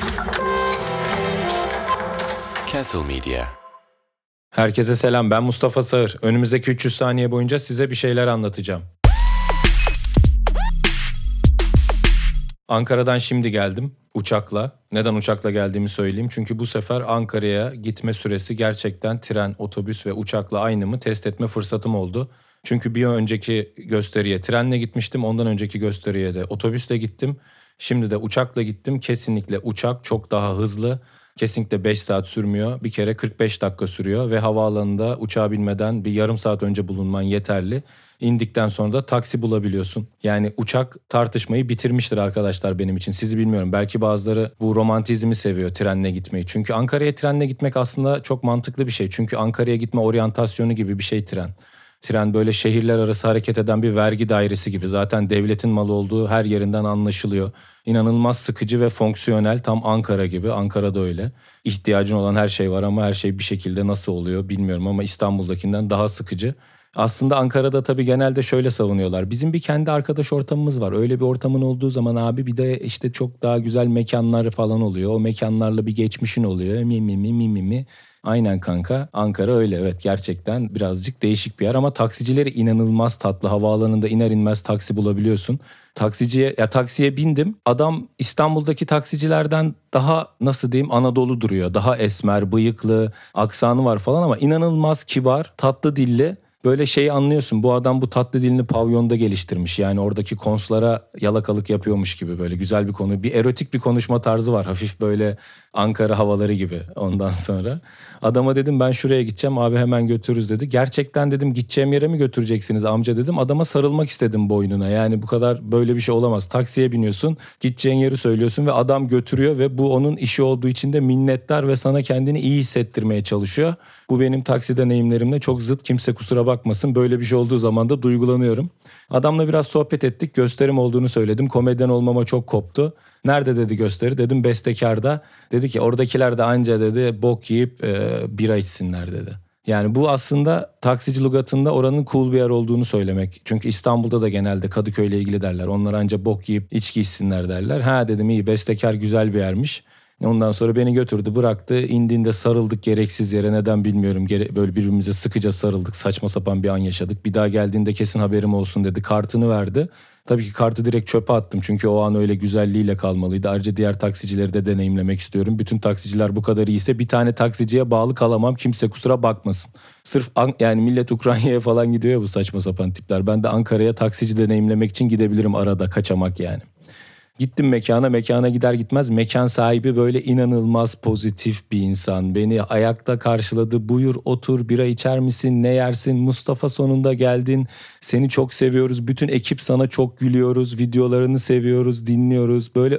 Castle Media. Herkese selam, ben Mustafa Sağır. Önümüzdeki 300 saniye boyunca size bir şeyler anlatacağım. Ankara'dan şimdi geldim uçakla. Neden uçakla geldiğimi söyleyeyim. Çünkü bu sefer Ankara'ya gitme süresi gerçekten tren, otobüs ve uçakla aynı mı test etme fırsatım oldu. Çünkü bir önceki gösteriye trenle gitmiştim. Ondan önceki gösteriye de otobüsle gittim. Şimdi de uçakla gittim. Kesinlikle uçak çok daha hızlı. Kesinlikle 5 saat sürmüyor. Bir kere 45 dakika sürüyor ve havaalanında uçağa binmeden bir yarım saat önce bulunman yeterli. İndikten sonra da taksi bulabiliyorsun. Yani uçak tartışmayı bitirmiştir arkadaşlar benim için. Sizi bilmiyorum. Belki bazıları bu romantizmi seviyor, trenle gitmeyi. Çünkü Ankara'ya trenle gitmek aslında çok mantıklı bir şey. Çünkü Ankara'ya gitme oryantasyonu gibi bir şey tren. Tren böyle şehirler arası hareket eden bir vergi dairesi gibi. Zaten devletin malı olduğu her yerinden anlaşılıyor. İnanılmaz sıkıcı ve fonksiyonel, tam Ankara gibi. Ankara'da öyle. İhtiyacın olan her şey var ama her şey bir şekilde nasıl oluyor bilmiyorum ama İstanbul'dakinden daha sıkıcı. Aslında Ankara'da tabii genelde şöyle savunuyorlar. Bizim bir kendi arkadaş ortamımız var. Öyle bir ortamın olduğu zaman abi bir de işte çok daha güzel mekanlar falan oluyor. O mekanlarla bir geçmişin oluyor. Mi. Aynen kanka. Ankara öyle, evet, gerçekten birazcık değişik bir yer ama taksicileri inanılmaz tatlı. Havaalanında iner inmez taksi bulabiliyorsun. Taksiye bindim. Adam İstanbul'daki taksicilerden daha, nasıl diyeyim, Anadolu duruyor. Daha esmer, bıyıklı, aksanı var falan ama inanılmaz kibar, tatlı dilli. Böyle şeyi anlıyorsun, bu adam bu tatlı dilini pavyonda geliştirmiş. Yani oradaki konslara yalakalık yapıyormuş gibi, böyle güzel bir konu. Bir erotik bir konuşma tarzı var. Hafif böyle Ankara havaları gibi ondan sonra. Adama dedim ben şuraya gideceğim abi, hemen götürürüz dedi. Gerçekten dedim, gideceğim yere mi götüreceksiniz amca dedim. Adama sarılmak istedim boynuna. Yani bu kadar, böyle bir şey olamaz. Taksiye biniyorsun, gideceğin yeri söylüyorsun ve adam götürüyor ve bu onun işi olduğu için de minnettar ve sana kendini iyi hissettirmeye çalışıyor. Bu benim taksi deneyimlerimle çok zıt, kimse kusura bakmasın. Böyle bir şey olduğu zaman da duygulanıyorum. Adamla biraz sohbet ettik, gösterim olduğunu söyledim. Komedyen olmama çok koptu. Nerede dedi gösteri, dedim Bestekar'da. Dedi ki oradakiler de anca dedi bok yiyip bira içsinler dedi. Yani bu aslında taksici lügatında oranın cool bir yer olduğunu söylemek. Çünkü İstanbul'da da genelde Kadıköy'le ilgili derler. Onlar anca bok yiyip içki içsinler derler. Ha dedim, iyi, Bestekar güzel bir yermiş. Ondan sonra beni götürdü, bıraktı. İndiğinde sarıldık gereksiz yere, neden bilmiyorum. Böyle birbirimize sıkıca sarıldık. Saçma sapan bir an yaşadık. Bir daha geldiğinde kesin haberim olsun dedi. Kartını verdi. Tabii ki kartı direkt çöpe attım. Çünkü o an öyle güzelliğiyle kalmalıydı. Ayrıca diğer taksicileri de deneyimlemek istiyorum. Bütün taksiciler bu kadar iyiyse bir tane taksiciye bağlı kalamam. Kimse kusura bakmasın. Sırf yani millet Ukrayna'ya falan gidiyor ya bu saçma sapan tipler. Ben de Ankara'ya taksici deneyimlemek için gidebilirim arada, kaçamak yani. Gittim mekana gider gitmez mekan sahibi böyle inanılmaz pozitif bir insan. Beni ayakta karşıladı. Buyur otur, bira içer misin, ne yersin? Mustafa sonunda geldin. Seni çok seviyoruz. Bütün ekip sana çok gülüyoruz. Videolarını seviyoruz, dinliyoruz. Böyle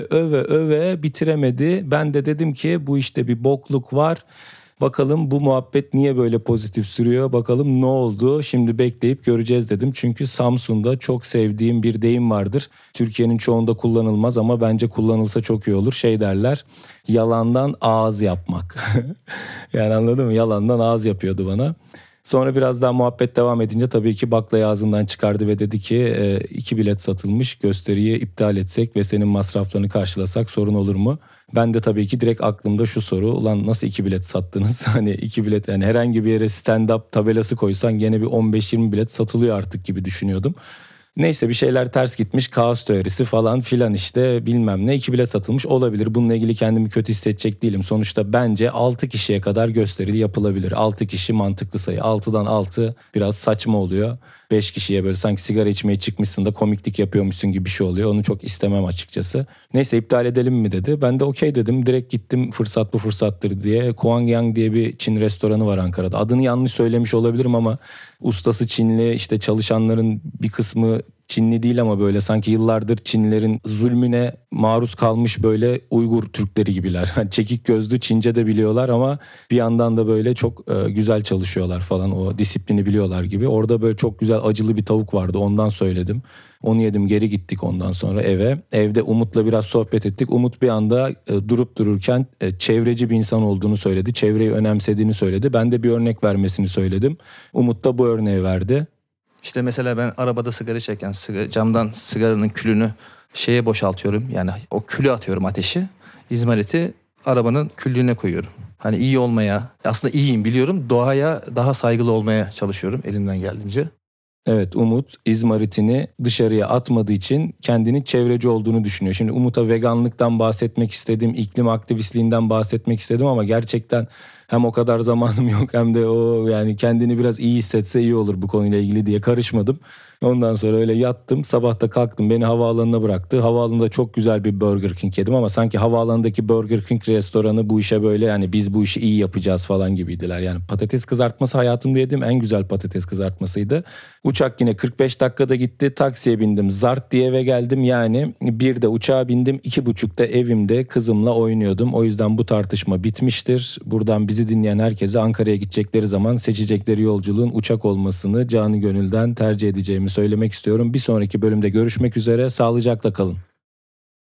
öve bitiremedi. Ben de dedim ki bu işte bir bokluk var. Bakalım bu muhabbet niye böyle pozitif sürüyor? Bakalım ne oldu? Şimdi bekleyip göreceğiz dedim. Çünkü Samsun'da çok sevdiğim bir deyim vardır. Türkiye'nin çoğunda kullanılmaz ama bence kullanılsa çok iyi olur. Şey derler, yalandan ağız yapmak. Yani anladın mı? Yalandan ağız yapıyordu bana. Sonra biraz daha muhabbet devam edince tabii ki baklayı ağzından çıkardı ve dedi ki 2 bilet satılmış, gösteriyi iptal etsek ve senin masraflarını karşılasak sorun olur mu? Ben de tabii ki direkt aklımda şu soru, ulan nasıl 2 bilet sattınız? Hani 2 bilet, yani herhangi bir yere stand-up tabelası koysan gene bir 15-20 bilet satılıyor artık gibi düşünüyordum. Neyse bir şeyler ters gitmiş, kaos teorisi falan filan işte bilmem ne, 2 bilet satılmış olabilir. Bununla ilgili kendimi kötü hissedecek değilim. Sonuçta bence 6 kişiye kadar gösteri yapılabilir. 6 kişi mantıklı sayı. 6'dan 6 biraz saçma oluyor. 5 kişiye böyle sanki sigara içmeye çıkmışsın da komiklik yapıyormuşsun gibi bir şey oluyor. Onu çok istemem açıkçası. Neyse iptal edelim mi dedi. Ben de okey dedim. Direkt gittim, fırsat bu fırsattır diye. Kuangyang diye bir Çin restoranı var Ankara'da. Adını yanlış söylemiş olabilirim ama ustası Çinli, işte çalışanların bir kısmı Çinli değil ama böyle sanki yıllardır Çinlilerin zulmüne maruz kalmış böyle Uygur Türkleri gibiler. Çekik gözlü, Çince de biliyorlar ama bir yandan da böyle çok güzel çalışıyorlar falan, o disiplini biliyorlar gibi. Orada böyle çok güzel acılı bir tavuk vardı, ondan söyledim. Onu yedim, geri gittik ondan sonra eve. Evde Umut'la biraz sohbet ettik. Umut bir anda durup dururken çevreci bir insan olduğunu söyledi. Çevreyi önemsediğini söyledi. Ben de bir örnek vermesini söyledim. Umut da bu örneği verdi. İşte mesela ben arabada sigara içerken camdan sigaranın külünü şeye boşaltıyorum. Yani o külü atıyorum ateşi. İzmariti arabanın küllüğüne koyuyorum. Hani iyi olmaya, aslında iyiyim biliyorum. Doğaya daha saygılı olmaya çalışıyorum elimden geldiğince. Evet, Umut izmaritini dışarıya atmadığı için kendini çevreci olduğunu düşünüyor. Şimdi Umut'a veganlıktan bahsetmek istedim, iklim aktivistliğinden bahsetmek istedim ama gerçekten hem o kadar zamanım yok hem de o yani kendini biraz iyi hissetse iyi olur bu konuyla ilgili diye karışmadım. Ondan sonra öyle yattım, sabah da kalktım, beni havaalanına bıraktı. Havaalanında çok güzel bir Burger King yedim ama sanki havaalanındaki Burger King restoranı bu işe böyle yani biz bu işi iyi yapacağız falan gibiydiler. Yani patates kızartması hayatımda yediğim en güzel patates kızartmasıydı. Uçak yine 45 dakikada gitti, taksiye bindim, zart diye eve geldim. Yani bir de uçağa bindim, 2.30'da evimde kızımla oynuyordum. O yüzden bu tartışma bitmiştir. Buradan bizi dinleyen herkese Ankara'ya gidecekleri zaman seçecekleri yolculuğun uçak olmasını canı gönülden tercih edeceğimi söylemek istiyorum. Bir sonraki bölümde görüşmek üzere, sağlıcakla kalın.